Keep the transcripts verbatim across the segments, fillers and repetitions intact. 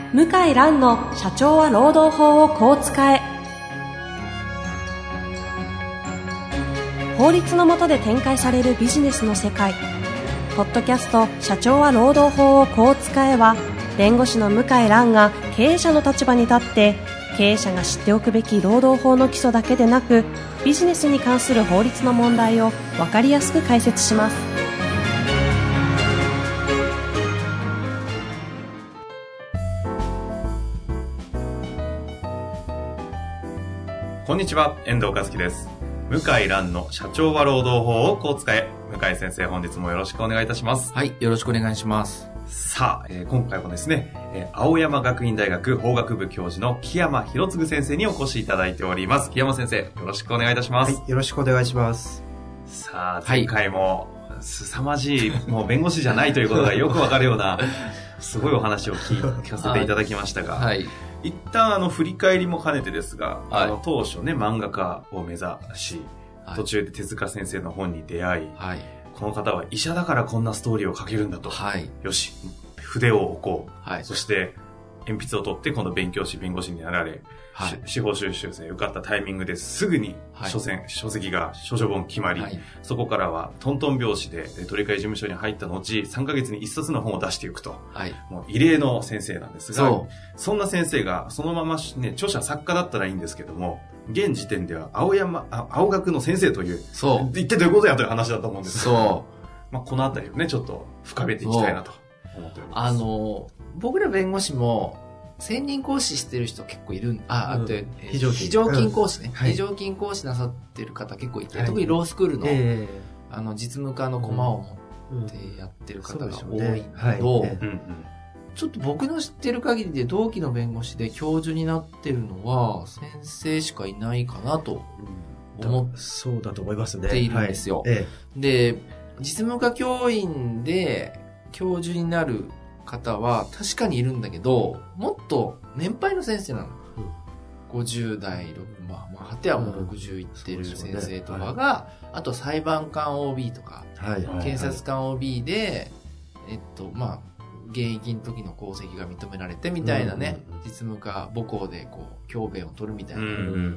向井蘭の社長は労働法をこう使え。法律の下で展開されるビジネスの世界。ポッドキャスト社長は労働法をこう使えは、弁護士の向井蘭が経営者の立場に立って経営者が知っておくべき労働法の基礎だけでなく、ビジネスに関する法律の問題を分かりやすく解説します。 こんにちは、遠藤和樹です。向井蘭の社長は労働法をこう使え。向井先生、本日もよろしくお願いいたします。 はい、よろしくお願いします。 さあ、えー、今回もですね、えー、青山学院大学法学部教授の木山博次先生にお越しいただいております。木山先生、よろしくお願いいたします。 はい、よろしくお願いします。 さあ、前回も凄まじい、もう弁護士じゃないということがよくわかるようなすごいお話を聞かせていただきましたが、はい、一旦あの振り返りも兼ねてですが、はい、あの当初ね、漫画家を目指し、はい、途中で手塚先生の本に出会い、はい、この方は医者だからこんなストーリーを書けるんだと、はい、よし筆を置こう、はい、そして鉛筆を取って今度勉強し弁護士になられ、はい、司法修習生受かったタイミングですぐに書籍、はい、書籍が書書本決まり、はい、そこからはトントン拍子で取り替え事務所に入った後さんかげつにいっさつの本を出していくと、はい、もう異例の先生なんですが、 そ, そんな先生がそのまま、ね、著者作家だったらいいんですけども、現時点では青山あ青学の先生という、そう一体どういうことやという話だと思うんですが、そう、まあ、このあたりをねちょっと深めていきたいなと思っております。 あの僕ら弁護士も専任講師してる人結構いるんあ、あと、うん、非常勤、非常勤講師ね、うんはい、非常勤講師なさってる方結構いて、はい、特にロースクールの、えー、あの実務家の駒を持ってやってる方が多いけど、ちょっと僕の知ってる限りで同期の弁護士で教授になってるのは先生しかいないかなと思ってそうだと思いますね。 いるんですよ。はいええ、で、実務家教員で教授になる方は確かにいるんだけど、もっと年配の先生なの。うん、ごじゅう代、まあ、まあ、果てはもうろくじゅういってる先生とかが、うんねはい、あと裁判官 オービー とか、はい、検察官 オービー で、えっと、まあ、現役の時の功績が認められてみたいなね、うんうんうん、実務家母校でこう、教鞭を取るみたいな。うんうん、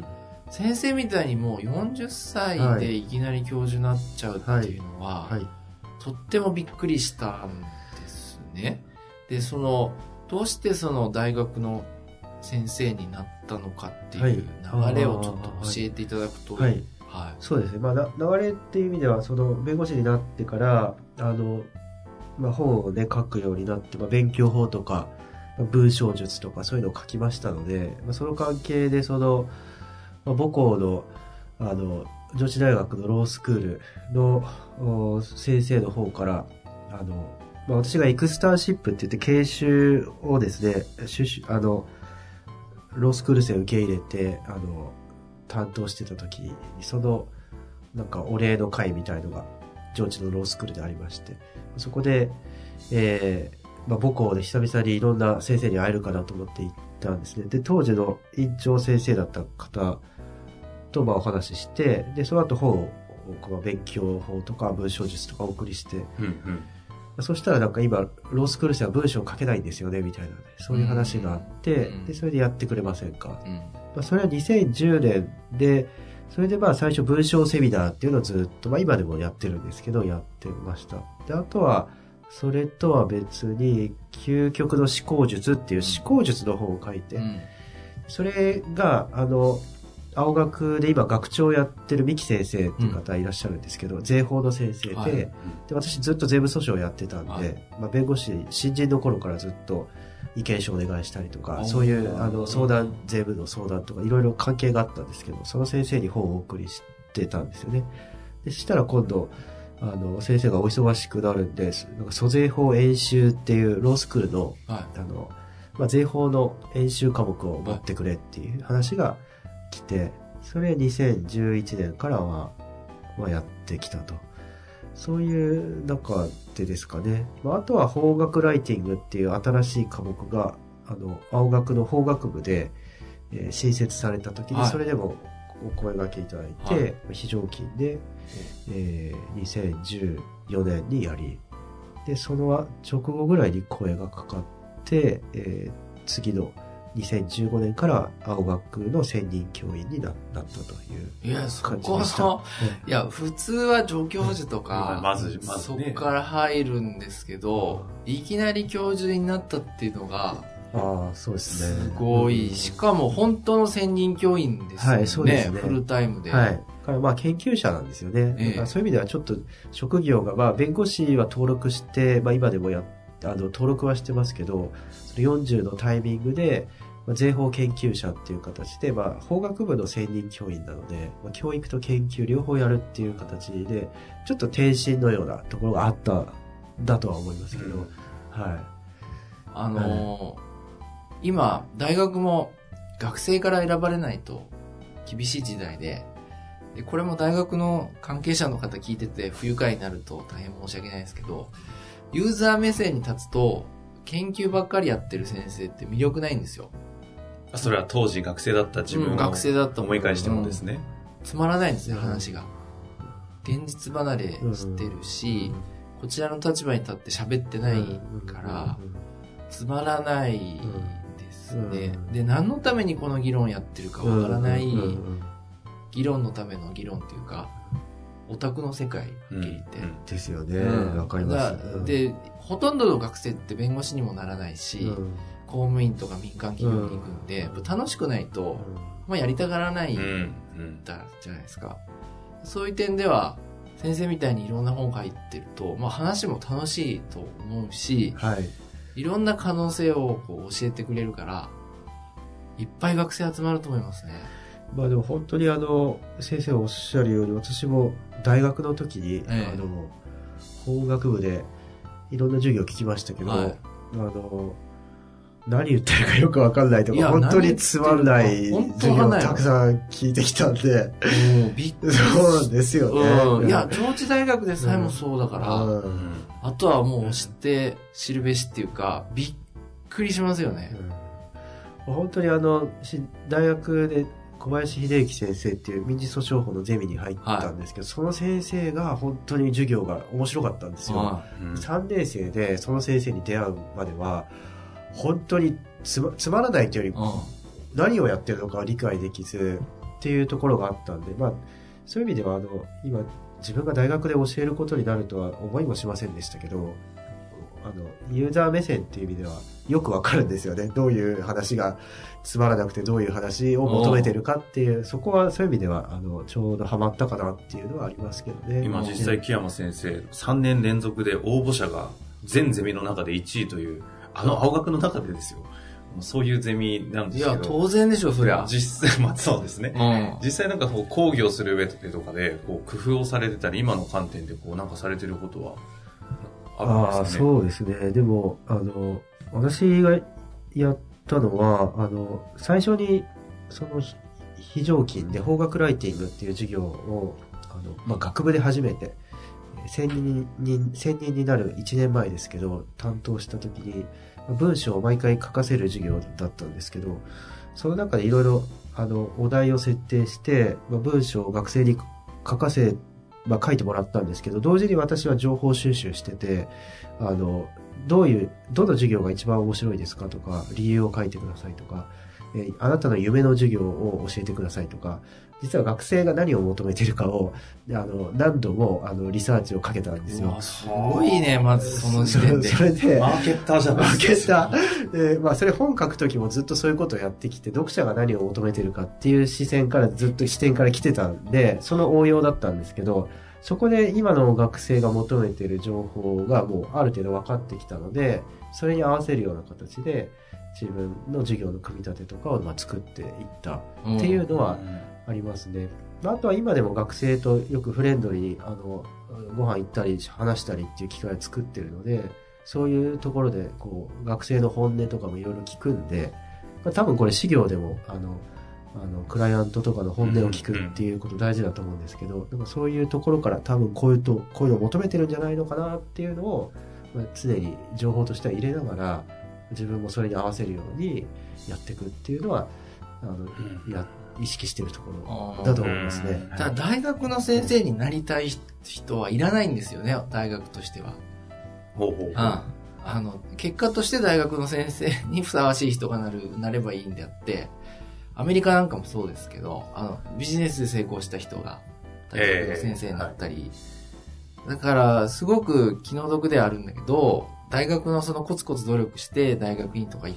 先生みたいにもうよんじゅっさいでいきなり教授になっちゃうっていうのは、はいはい、とってもびっくりしたんですね。で、その、どうしてその大学の先生になったのかっていう流れをちょっと教えていただくと。はい。はいはい、そうですね。まあ、流れっていう意味では、その、弁護士になってから、あの、まあ、本をね、書くようになって、まあ、勉強法とか、文章術とかそういうのを書きましたので、まあ、その関係で、その、まあ、母校の、あの、上智大学のロースクールの先生の方から、あの、まあ、私がエクスターンシップって言って研修をですね、あの、ロースクール生を受け入れて、あの、担当してた時に、その、なんかお礼の会みたいのが、上智のロースクールでありまして、そこで、えー、まあ、母校で久々にいろんな先生に会えるかなと思って行ったんですね。で、当時の院長先生だった方と、まあ、お話しして、で、その後本を、まあ、勉強法とか文章術とかお送りして、うんうんそしたらなんか今、ロースクール生は文章を書けないんですよね、みたいな、ね、そういう話があって、うん、で、それでやってくれませんか。うんまあ、それはにせんじゅうねんで、それでまあ最初文章セミナーっていうのをずっと、まあ今でもやってるんですけど、やってました。で、あとは、それとは別に、究極の思考術っていう思考術の本を書いて、うん、それが、あの、青学で今学長をやってる三木先生っていう方いらっしゃるんですけど、うん、税法の先生 で,、はい、で私ずっと税務訴訟をやってたんで、はいまあ、弁護士新人の頃からずっと意見書をお願いしたりとかそういうあの相談税務の相談とかいろいろ関係があったんですけどその先生に本をお送りしてたんですよね。でそしたら今度あの先生がお忙しくなるんでなんか租税法演習っていうロースクールの、はい、あのまあ、税法の演習科目を持ってくれっていう話が来て、それにせんじゅういちねんからは、まあ、やってきたと。そういう中でですかね。まあ、あとは法学ライティングっていう新しい科目が、あの、青学の法学部で、えー、新設された時に、はい、それでもお声掛けいただいて、はい、非常勤で、えー、にせんじゅうよねんにやり、で、その直後ぐらいに声がかかって、えー、 次のにせんじゅうごねんから青学の専任教員に な, なったという感じでした。 いや、そこいや、普通は助教授とか、 まず、まず、 ね、そこから入るんですけど、いきなり教授になったっていうのが、 ああ、そうですね。 すごい。しかも本当の専任教員ですよね。はい、そうですね。フルタイムで。 はい。からまあ研究者なんですよね。ええ、だからそういう意味ではちょっと職業が、まあ弁護士は登録して、まあ今でもや、あの、登録はしてますけど、そのよんじゅうのタイミングで、まあ、税法研究者っていう形で、まあ法学部の専任教員なので、まあ、教育と研究両方やるっていう形で、ちょっと転身のようなところがあっただとは思いますけど、うん、はい。 あのー、今、大学も学生から選ばれないと厳しい時代で、で、これも大学の関係者の方聞いてて不愉快になると大変申し訳ないですけど、ユーザー目線に立つと研究ばっかりやってる先生って魅力ないんですよ。 それは当時学生だった自分を、うん、学生だった思い返してもですね、 うん、つまらないんですね、話が。現実離れしてるし、こちらの立場に立って喋ってないからつまらないですね。で、何のためにこの議論やってるかわからない、議論のための議論っていうか、オタクの世界って言って、うん、 ですよね。わ、うん、かります。 で、ほとんどの学生って弁護士にもならないし、うん、公務員とか民間企業に行くんで、うん、楽しくないと、うん、まあやりたがらないんだじゃないですか。そういう点では、先生みたいにいろんな本書いてると、まあ話も楽しいと思うし、はい、いろんな可能性をこう教えてくれるから、いっぱい学生集まると思いますね。 まあでも本当にあの先生おっしゃるように、私も大学の時に、ええ、あの法学部でいろんな授業聞きましたけど、はい、あの何言ってるかよくわかんないとか、本当につまんない授業をたくさん聞いてきたんで、 びっくりそうですよね。 いや、上智大学でさえもそうだから、うん、あとはもう知って知るべしっていうか、びっくりしますよね。 うん、本当にあの大学で小林秀幸先生っていう民事訴訟法のゼミに入ったんですけど、はい、その先生が本当に授業が面白かったんですよ。はいうん、さんねん生でその先生に出会うまでは本当につ ま, つまらないというより何をやってるのか理解できずっていうところがあったんで、まあ、そういう意味ではあの今自分が大学で教えることになるとは思いもしませんでしたけど、あのユーザー目線っていう意味ではよくわかるんですよね。どういう話がつまらなくてどういう話を求めてるかっていう、そこはそういう意味ではあのちょうどハマったかなっていうのはありますけどね。 今実際木山先生さんねん連続で応募者が全ゼミの中でいちいというあの青学の中でですよ。そういうゼミなんですけど。いや当然でしょそりゃ。 実際まあそうですね。うん、実際なんかこう講義をする上とかでこう工夫をされてたり今の観点でこうなんかされてることはああ、そうですね。でも、あの、私がやったのは、あの、最初に、その、非常勤で法学ライティングっていう授業を、あの、まあ、学部で初めて、専任に、専任になるいちねんまえですけど、担当した時に、文章を毎回書かせる授業だったんですけど、その中でいろいろ、あの、お題を設定して、まあ、文章を学生に書かせまあ、書いてもらったんですけど、同時に私は情報収集してて、あの、どういう、どの授業が一番面白いですかとか、理由を書いてくださいとか、えー、あなたの夢の授業を教えてくださいとか、実は学生が何を求めているかを、あの、何度も、あの、リサーチをかけたんですよ。 すごいね、まずその時点で。 それで、 マーケッターじゃないですか。マーケッター。で、まあ、それ本書くときもずっとそういうことをやってきて、読者が何を求めているかっていう視線からずっと視点から来てたんで、その応用だったんですけど、そこで今の学生が求めている情報がもうある程度分かってきたので、それに合わせるような形で自分の授業の組み立てとかをまあ作っていったっていうのはありますね。うん、あとは今でも学生とよくフレンドリーにあのご飯行ったり話したりっていう機会を作ってるので、そういうところでこう学生の本音とかもいろいろ聞くんで、まあ、多分これ事業でもあのあのクライアントとかの本音を聞くっていうこと大事だと思うんですけど、なんかそういうところから多分こういうとこういうのを求めてるんじゃないのかなっていうのを、まあ、常に情報としては入れながら自分もそれに合わせるようにやっていくっていうのはあの、うん、や意識しているところだと思いますね。 ただ大学の先生になりたい人はいらないんですよね、大学としては。 ほうほうほう。 あああの、結果として大学の先生にふさわしい人がなる、なればいいんであって、アメリカなんかもそうですけど、あの、ビジネスで成功した人が大学の先生になったり、えーはい、だから、すごく気の毒ではあるんだけど、大学のそのコツコツ努力して大学院とか行って、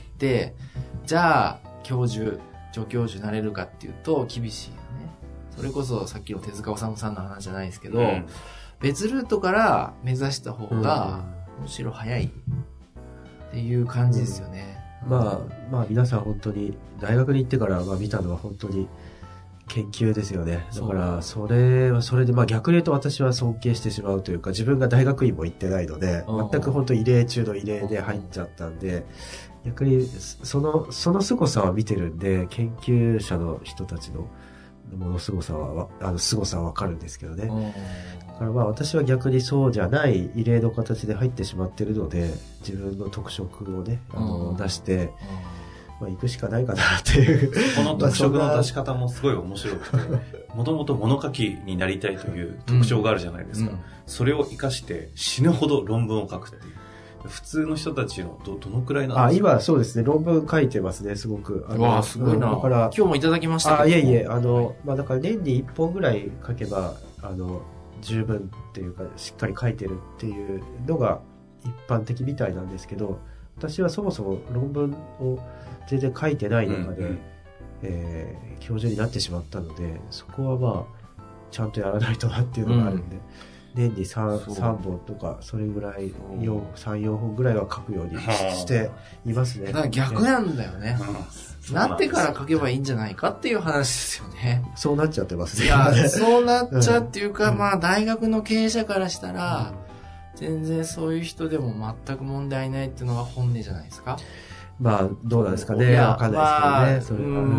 じゃあ、教授、助教授になれるかっていうと厳しいよね。それこそさっきの手塚治虫さんの話じゃないですけど、うん、別ルートから目指した方がむしろ早いっていう感じですよね。 うん、まあ、まあ皆さん本当に大学に行ってからまあ見たのは本当に研究ですよね。だからそれはそれでまあ逆に言うと私は尊敬してしまうというか、自分が大学院も行ってないので、全く本当異例中の異例で入っちゃったんで、逆にそのその凄さは見てるんで、研究者の人たちのもの凄さはあの凄さはわかるんですけどね。だからまあ私は逆にそうじゃない異例の形で入ってしまってるので、自分の特色をねあの出して。まあ、行くしかないかなっていう。 この特色の出し方もすごい面白くて、もともと物書きになりたいという特徴があるじゃないですか。うんうん、それを活かして死ぬほど論文を書くっていう。普通の人たちの ど, どのくらいなんですか？ あ、今そうですね、論文書いてますね、すごく。 あわあ、すごいな。だから今日もいただきましたけど。 あ、いえいえ、あの、まあ、だから年にいっぽんぐらい書けば、あの、十分っていうか、しっかり書いてるっていうのが一般的みたいなんですけど、私はそもそも論文を全然書いてない中で、うんうん、えー、教授になってしまったので、そこはまあちゃんとやらないとなっていうのがあるんで、うん、年に 3, さんぼんとかそれぐらいさん、よんほんぐらいは書くようにしていますね。 だから逆なんだよね。うん、なってから書けばいいんじゃないかっていう話ですよね。 そうなっちゃってますね。 いや、そうなっちゃうっていうか、うん、まあ大学の経営者からしたら、うん、全然そういう人でも全く問題ないっていうのが本音じゃないですか。 まあ、どうなんですかね。わかんないですけどね。 まあ、それは、うん、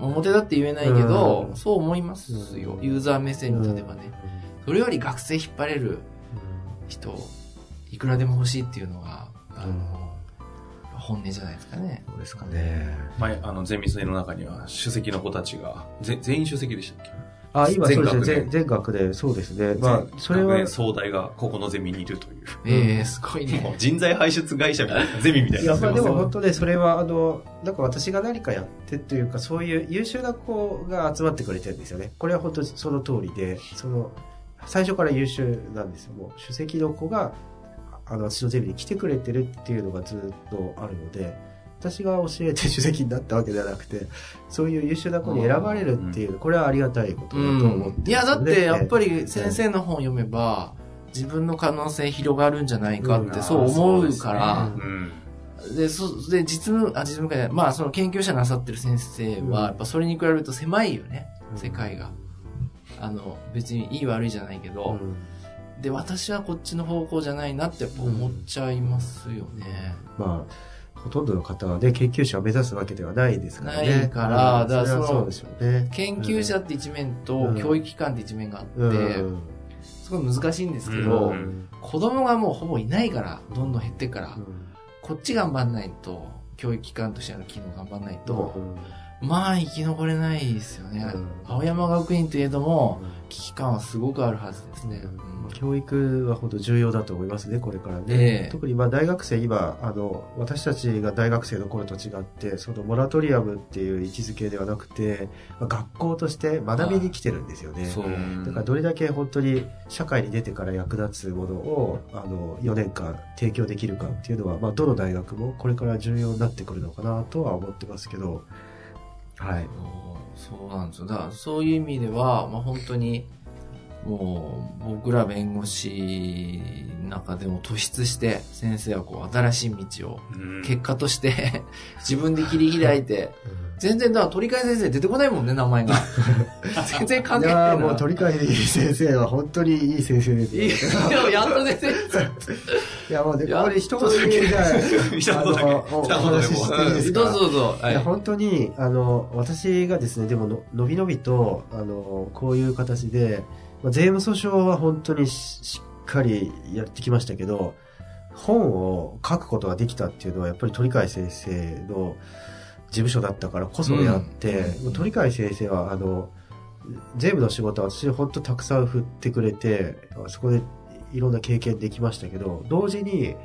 表だって言えないけど、うん、そう思いますよ。ユーザー目線に立てばね。うん、それより学生引っ張れる人、いくらでも欲しいっていうのが、あの、うん、本音じゃないですかね。 そうですかね。 前、あの、ゼミ生の中には、首席の子たちが、ぜ全員首席でしたっけ？ あ、今そうですね。全、全学で、そうですね。まあ、それは。 総大がここのゼミにいるという。 ええー、すごいね。 もう人材輩出会社みたいな、ゼミみたいな。 いや、まあでも本当ね、それは、あの、なんか私が何かやってっていうか、そういう優秀な子が集まってくれてるんですよね。これは本当にその通りで、その、最初から優秀なんですよ。もう、首席の子が、あの、私のゼミに来てくれてるっていうのがずっとあるので、私が教えて首席になったわけではなくて、そういう優秀な子に選ばれるっていう、これはありがたいことだと思ってます、ね、 いや、だってやっぱり先生の本を読めば、自分の可能性広がるんじゃないかってそう思うから、で、そ、で、実務、あ、実務会じゃない、まあその研究者なさってる先生は、やっぱそれに比べると狭いよね、世界が。あの、別にいい悪いじゃないけど、で、私はこっちの方向じゃないなってやっぱ思っちゃいますよね。 まあほとんどの方はね、研究者を目指すわけではないですからね。 ないから、だからその、 そうでしょうね。 研究者って一面と、教育機関って一面があって、すごい難しいんですけど、子供がもうほぼいないから、どんどん減ってから、こっち頑張んないと、教育機関としての機能頑張んないと、まあ生き残れないですよね。青山学院といえども、危機感はすごくあるはずですね。 教育は本当重要だと思いますね、これからね。えー、特にまあ大学生、今、あの、私たちが大学生の頃と違って、そのモラトリアムっていう位置づけではなくて、まあ、学校として学びに来てるんですよね。そう。だからどれだけ本当に社会に出てから役立つものを、あの、よねんかん提供できるかっていうのは、まあどの大学もこれから重要になってくるのかなとは思ってますけど、はい。 そうなんですよ。だからそういう意味では、まあ本当に、もう僕ら弁護士の中でも突出して先生はこう新しい道を結果として自分で切り開いて全然だから鳥飼先生出てこないもんね名前が全然関係ない。いやもう鳥飼先生は本当にいい先生ですよ。 いややっとね先生。 いやもうでこれ一言だけじゃあのお話ししていいですか。 どうぞどうぞ。 はい、いや本当にあの私がですねでもののびのびとあのこういう形で税務訴訟は本当にしっかりやってきましたけど、本を書くことができたっていうのはやっぱり鳥飼先生の事務所だったからこそやって、うん、鳥飼先生はあの税務の仕事は私本当たくさん振ってくれて、そこでいろんな経験できましたけど、同時に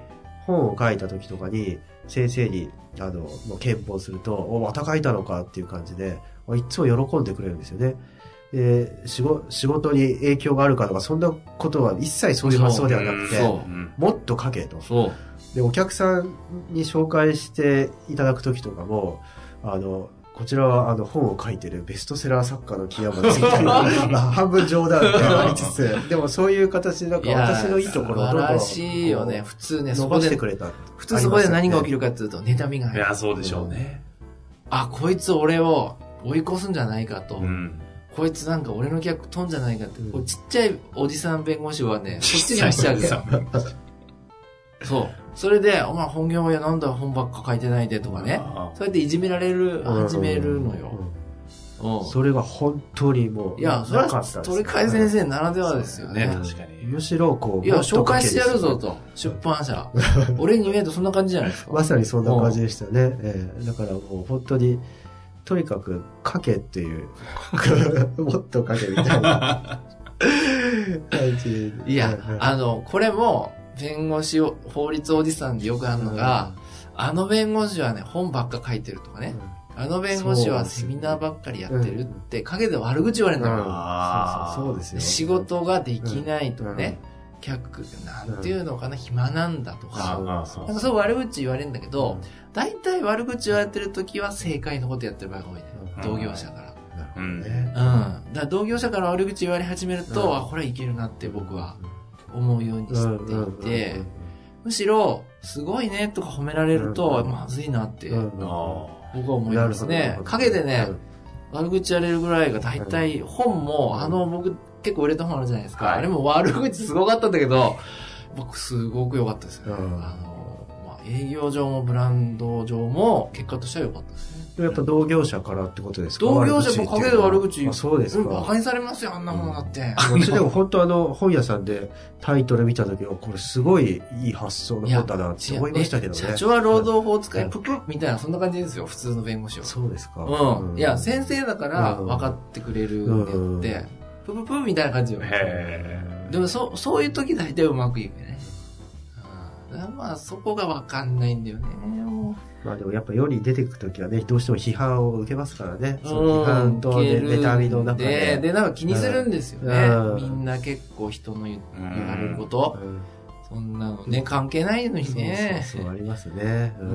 本を書いた時とかに、先生に、あの、もう検討すると、お、また書いたのかっていう感じで、いつも喜んでくれるんですよね。で、仕事、仕事に影響があるかとか、そんなことは一切そういう発想ではなくて、もっと書けと。 そう。 で、お客さんに紹介していただく時とかも、あの、こちらはあの本を書いてるベストセラー作家の木山ですみたいな、まあ、半分冗談でありつつ、でもそういう形でなんか私のいいところをどんどん素晴らしいよね。普通ね、 伸ばしてくれた。 普通そこで何が起きるかっていうと、妬みが入る。 いや、そうでしょうね。 あ、こいつ俺を追い越すんじゃないかと。 うん、 こいつなんか俺の客飛んじゃないかって、うん、ちっちゃいおじさん弁護士はね、そっちに走っちゃうけど。そう。それで、お前本業やなんだ本ばっか書いてないでとかね。そうやっていじめられる、始めるのよ。 うん、それが本当にもう、 いや、それは鳥海先生ならではですよね。ね、 確かに。 むしろこう、 いや、紹介してやるぞと、出版社。俺に見えるとそんな感じじゃないですか。 まさにそんな感じでしたよね。えー、だからもう本当に、とにかく書けっていう、もっと書けみたいな感じで。 いや、あの、これも、弁護士を、法律おじさんでよくあるのが、うん、あの弁護士はね、本ばっか書いてるとかね、うん、あの弁護士はセミナーばっかりやってるって、陰で悪口言われるのよ。 ああ、そうですよ。 仕事ができないとかね、うん、客、なんていうのかな、暇なんだとか、うん、なんかそう悪口言われるんだけど、うん、大体悪口言われてる時は正解のことやってる場合が多いね。うん、同業者から。 うん。ね、 うん。だから同業者から悪口言われ始めると、うん、あ、これはいけるなって僕は。思うようにしていて、むしろ、すごいねとか褒められると、まずいなって、僕は思いますね。陰でね、悪口やれるぐらいが大体、本も、あの、僕結構売れた本あるじゃないですか。あれも悪口すごかったんだけど、僕すごく良かったですよね。あの、まあ、営業上もブランド上も、結果としては良かったですね。 やっぱ同業者からってことですか？ 同業者も陰で悪口言う。 そうですか。 バカにされますよ、あんなものだって。 私でも本当あの、本屋さんでタイトル見た時は、これすごいいい発想の本だなって思いましたけどね。 社長は労働法を使い、ププみたいな、そんな感じですよ、普通の弁護士は。 そうですか。 うん。いや、先生だから分かってくれるんであって、プププみたいな感じよ。へー。でも、そ、そういう時大体うまくいくね。まあ、そこが分かんないんだよね。 まあでもやっぱ世に出てくるときはね、どうしても批判を受けますからね。その批判とね、妬みの中で。 で、で、なんか気にするんですよね。うん、みんな結構人の言われること。うん、そんなのね、関係ないのにね。 そうそうそう、ありますね。うん。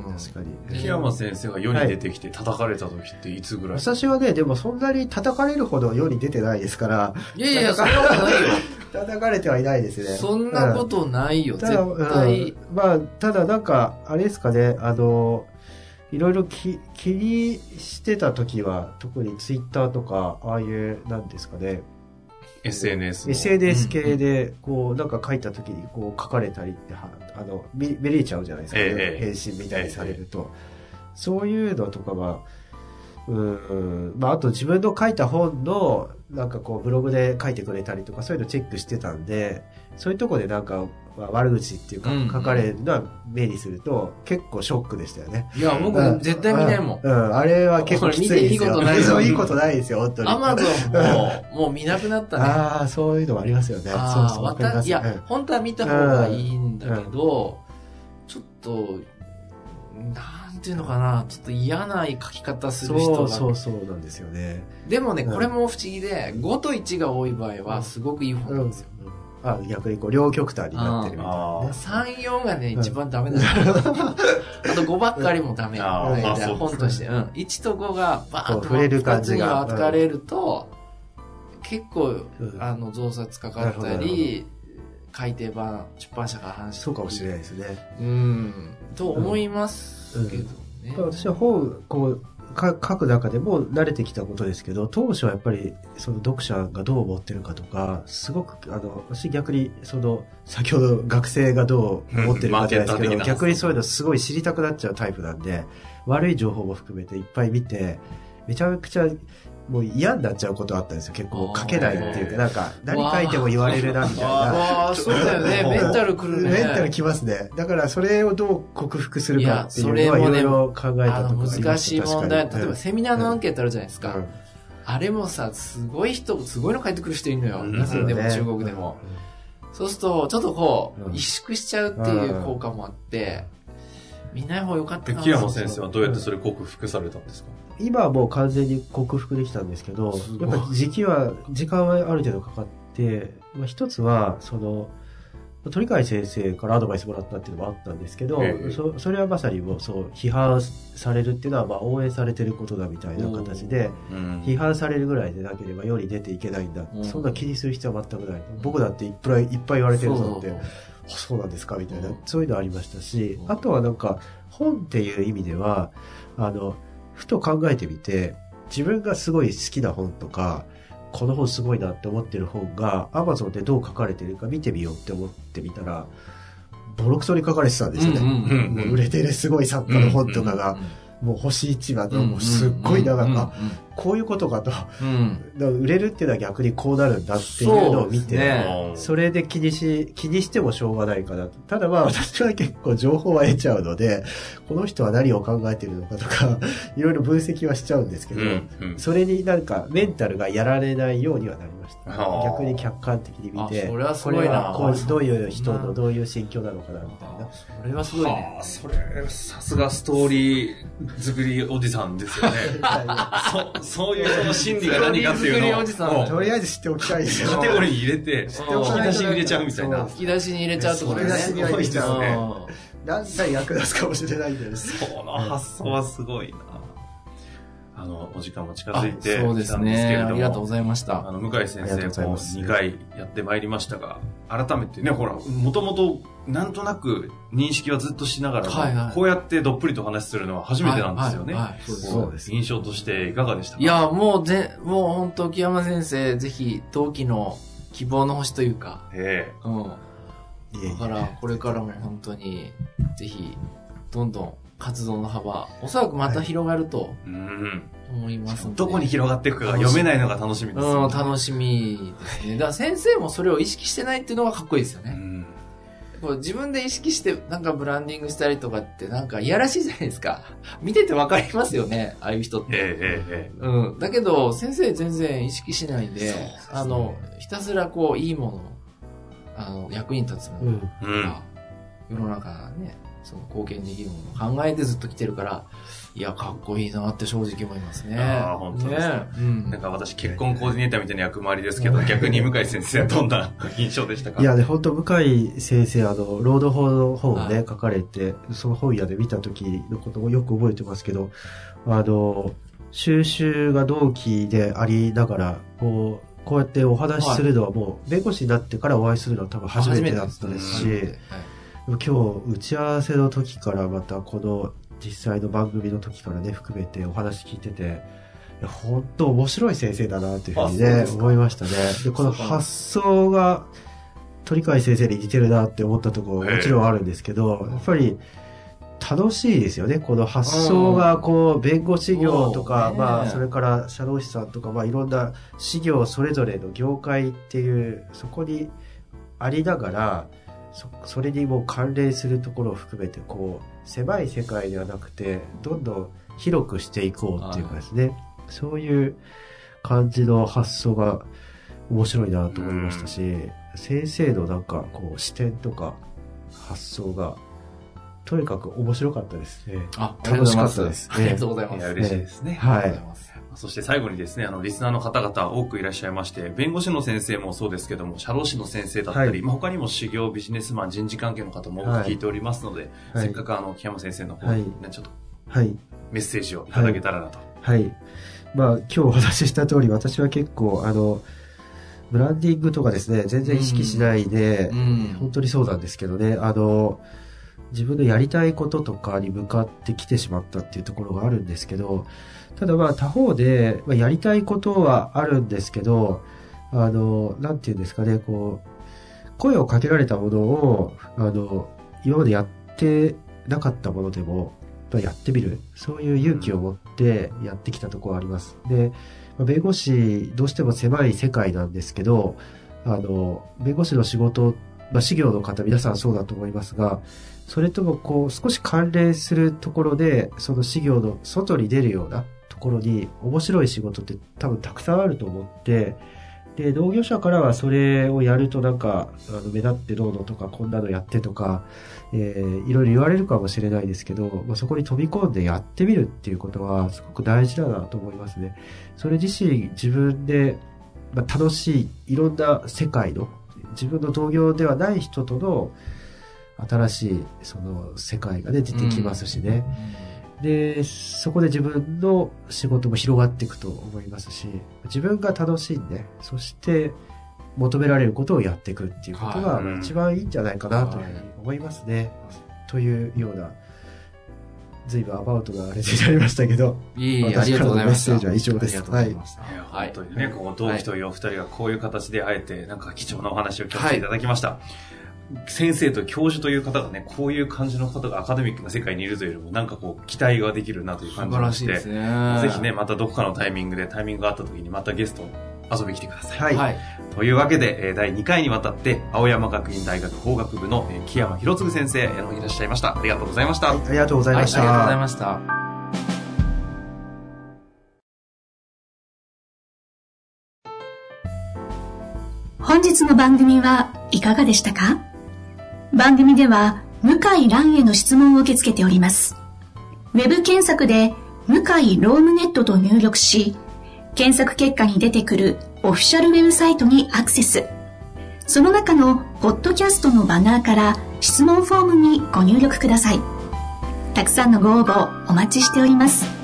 確かに。 木山先生が世に出てきて叩かれた時っていつぐらい、はい、 私はね、でもそんなに叩かれるほど世に出てないですから。 いやいや、そんなことないよ。 叩かれてはいないですね。 そんなことないよ、うん、絶対、 うん。まあ、ただなんか、あれですかね、あの、いろいろ気、気にしてた時は、特にツイッターとか、ああいう、なんですかね、 エスエヌエスエスエヌエス 系で、こう、なんか書いた時に、こう、書かれたりって、あの、見、見れちゃうじゃないですか、ね、ええ、返信みたいにされると。ええ、そういうのとかは、うん、まあ、あと自分の書いた本の、なんかこう、ブログで書いてくれたりとか、そういうのチェックしてたんで、そういうとこでなんか、まあ、悪口っていうか、書かれるのは目にすると、結構ショックでしたよね。 いや、僕、絶対見ないもん。 うん、あれは結構きついですよ。 見ていいことないですよ。 いいことないですよ、本当に。 アマゾンも、もう見なくなったね。 ああ、そういうのもありますよね。 そうそう、わかります。いや、うん、本当は見た方がいいんだけど、うん、ちょっと、なんていうのかな、ちょっと嫌な書き方する人が。 そうそうそうなんですよね。 でもね、これも不思議で、ごといちが多い場合は、すごくいい本なんですよ。 うんうん、あ、逆にこう、両極端になってるみたいな、ね。 さん、よんがね、一番ダメだよ。あとごばっかりもダメ。本として。うん。いちとごがバーンと触れる感じが。 扱われると、結構、あの、増刷かかったり、改訂版、出版社から話してそうかもしれないですね。 うん。と思いますけどね。 私は本、こう、書く中でも慣れてきたことですけど、当初はやっぱりその読者がどう思ってるかとか、すごく、あの、私逆にその、先ほど学生がどう思ってるかじゃないですけど、逆にそういうのすごい知りたくなっちゃうタイプなんで、悪い情報も含めていっぱい見て、めちゃくちゃもう嫌になっちゃうことあったんですよ。結構書けないっていうか、なんか何書いても言われるなみたいな。 ああ、そうだよね。メンタルくるね。 メンタルきますね。だからそれをどう克服するかっていうのはいろいろ考えたところあります。難しい問題。例えばセミナーのアンケートあるじゃないですか。うん、あれもさ、すごい人、すごいの書いてくる人いるのよ。日本でも中国でも。 そうすると、ちょっとこう、萎縮しちゃうっていう効果もあって、見ない方が良かったな。 木山先生はどうやってそれ克服されたんですか？ 今はもう完全に克服できたんですけど、やっぱり時期は、時間はある程度かかって、まあ、一つは、その、鳥飼先生からアドバイスもらったっていうのもあったんですけど、ええ、そ, それはまさにもうそう批判されるっていうのはまあ応援されてることだみたいな形で、うん、批判されるぐらいでなければ世に出ていけないんだ、うん、そんな気にする必要は全くない、うん、僕だっていっぱいいっぱい言われてるぞって、そう、そうなんですかみたいな、そういうのありましたし、あとはなんか本っていう意味ではあのふと考えてみて、自分がすごい好きな本とかこの本すごいなって思ってる本が Amazon でどう書かれてるか見てみようって思ってみたらボロクソに書かれてたんですよね、うんうんうんうん、売れてるすごい作家の本とかが、うんうんうん、もう星いちわのもうすっごい長く、うんうんうん、こういうことかと、うん、売れるっていうのは逆にこうなるんだっていうのを見て そ,、ね、それで気にし気にしてもしょうがないかなと。ただまあ私は結構情報は得ちゃうので、この人は何を考えているのかとかいろいろ分析はしちゃうんですけど、うんうん、それになんかメンタルがやられないようにはなりました。逆に客観的に見て、 それはすごいな、 これはこうどういう人のどういう心境なのかなみたいな。 それはすごいね。 それさすがストーリー作りおじさんですよね。そそういう人の心理が何かっていうのをとりあえず知っておきたいですよ。 カテゴリーに入れて、引き出しに入れちゃうみたいな。 引き出しに入れちゃうってことね。 それがすごいですね。何歳役立つかもしれないんで。 その発想はすごいな。あの、お時間も近づいてきたんですけれども。 そうですね。ありがとうございました。 あの、向井先生もにかいやってまいりましたが、改めてね、ほら、もともとなんとなく認識はずっとしながら、はいはい、こうやってどっぷりと話するのは初めてなんですよね。はいはいはい、そうです。印象としていかがでしたか？ いや、もうぜ、もう本当木山先生、ぜひ、同期の希望の星というか、ええ、うん。だから、これからも本当に、ぜひ、どんどん、活動の幅、おそらくまた広がると思いますので、はい、うん、 どこに広がっていくかが読めないのが楽しみですよね。 うん、楽しみですね。だから先生もそれを意識してないっていうのがかっこいいですよね。うん、こう自分で意識してなんかブランディングしたりとかってなんかいやらしいじゃないですか。見ててわかりますよね、ああいう人って。ええええ、うん。だけど先生全然意識しないんで、でね、あのひたすらこういいもの、あの役に立つものが、うん、世の中ね。その貢献できるものを考えてずっと来てるから、いや、かっこいいなって正直思いますね。 ああ、本当ですね。ね、うん、なんか私、結婚コーディネーターみたいな役回りですけど、逆に向井先生はどんな印象でしたか？ いやね、本当向井先生、あの、労働法の本をね、書かれて、その本屋で見た時のことをよく覚えてますけど、あの、収集が同期でありながら、こう、こうやってお話しするのはもう、弁護士になってからお会いするのは多分初めてだったですし、今日打ち合わせの時からまたこの実際の番組の時からね含めてお話聞いてて、いや本当面白い先生だなというふうにね思いましたね。でこの発想が鳥飼先生に似てるなって思ったところももちろんあるんですけど、やっぱり楽しいですよね。この発想がこう弁護士業とか、まあそれから社労士さんとか、まあいろんな事業それぞれの業界っていうそこにありながら。そ, それにもう関連するところを含めてこう狭い世界ではなくてどんどん広くしていこうっていうかですね、そういう感じの発想が面白いなと思いましたし、先生のなんかこう視点とか発想がとにかく面白かったですね。 あ、楽しかったです、ね。ありがとうございます。 いや嬉しいですね。 はい。 そして最後にですね、あの、リスナーの方々多くいらっしゃいまして、弁護士の先生もそうですけども、社労士の先生だったり、はい、まあ、他にも修行、ビジネスマン、人事関係の方も多く聞いておりますので、はい、せっかくあの、木山先生の方に、ね、はい、ちょっと、はい、メッセージをいただけたらなと。 はい。はい、まあ、今日お話しした通り、私は結構、あの、ブランディングとかですね、全然意識しないで、うん、本当にそうなんですけどね、あの、自分のやりたいこととかに向かってきてしまったっていうところがあるんですけど、ただまあ他方で、まあ、やりたいことはあるんですけど、あの、なんていうんですかね、こう、声をかけられたものを、あの、今までやってなかったものでも、まあ、やってみる。そういう勇気を持ってやってきたところがあります。で、まあ、弁護士、どうしても狭い世界なんですけど、あの、弁護士の仕事、まあ、事業の方、皆さんそうだと思いますが、それともこう、少し関連するところで、その事業の外に出るような、ところに面白い仕事って多分たくさんあると思って、 で、同業者からはそれをやるとなんか、あの目立ってどうのとか、こんなのやってとか、えー、いろいろ言われるかもしれないですけど、まあ、そこに飛び込んでやってみるっていうことはすごく大事だなと思いますね。それ自身自分で、まあ、楽しい、いろんな世界の、自分の同業ではない人との新しいその世界がね、出てきますしね。うん、で、そこで自分の仕事も広がっていくと思いますし、自分が楽しんで、そして求められることをやっていくっていうことが一番いいんじゃないかなというふうに思いますね。はい、というような、随分アバウトなあれになりましたけど、 いい、ありがとうございました。 メッセージは以上です。 はい。本当にね、この同期というお二人がこういう形で会えて、なんか貴重なお話を聞かせていただきました。はい、先生と教授という方がね、こういう感じの方がアカデミックな世界にいるというよりも、なんかこう、期待ができるなという感じがして、 素晴らしいですね。 ぜひね、またどこかのタイミングで、タイミングがあった時にまたゲスト遊びに来てください。 はい。 というわけで、だいにかいにわたって、青山学院大学法学部の木山博次先生、いらっしゃいました。ありがとうございました。はい、 ありがとうございました。 はい、ありがとうございました。 本日の番組はいかがでしたか？番組では向井蘭への質問を受け付けております。ウェブ検索で向井ロームネットと入力し、検索結果に出てくるオフィシャルウェブサイトにアクセス。その中のポッドキャストのバナーから質問フォームにご入力ください。たくさんのご応募お待ちしております。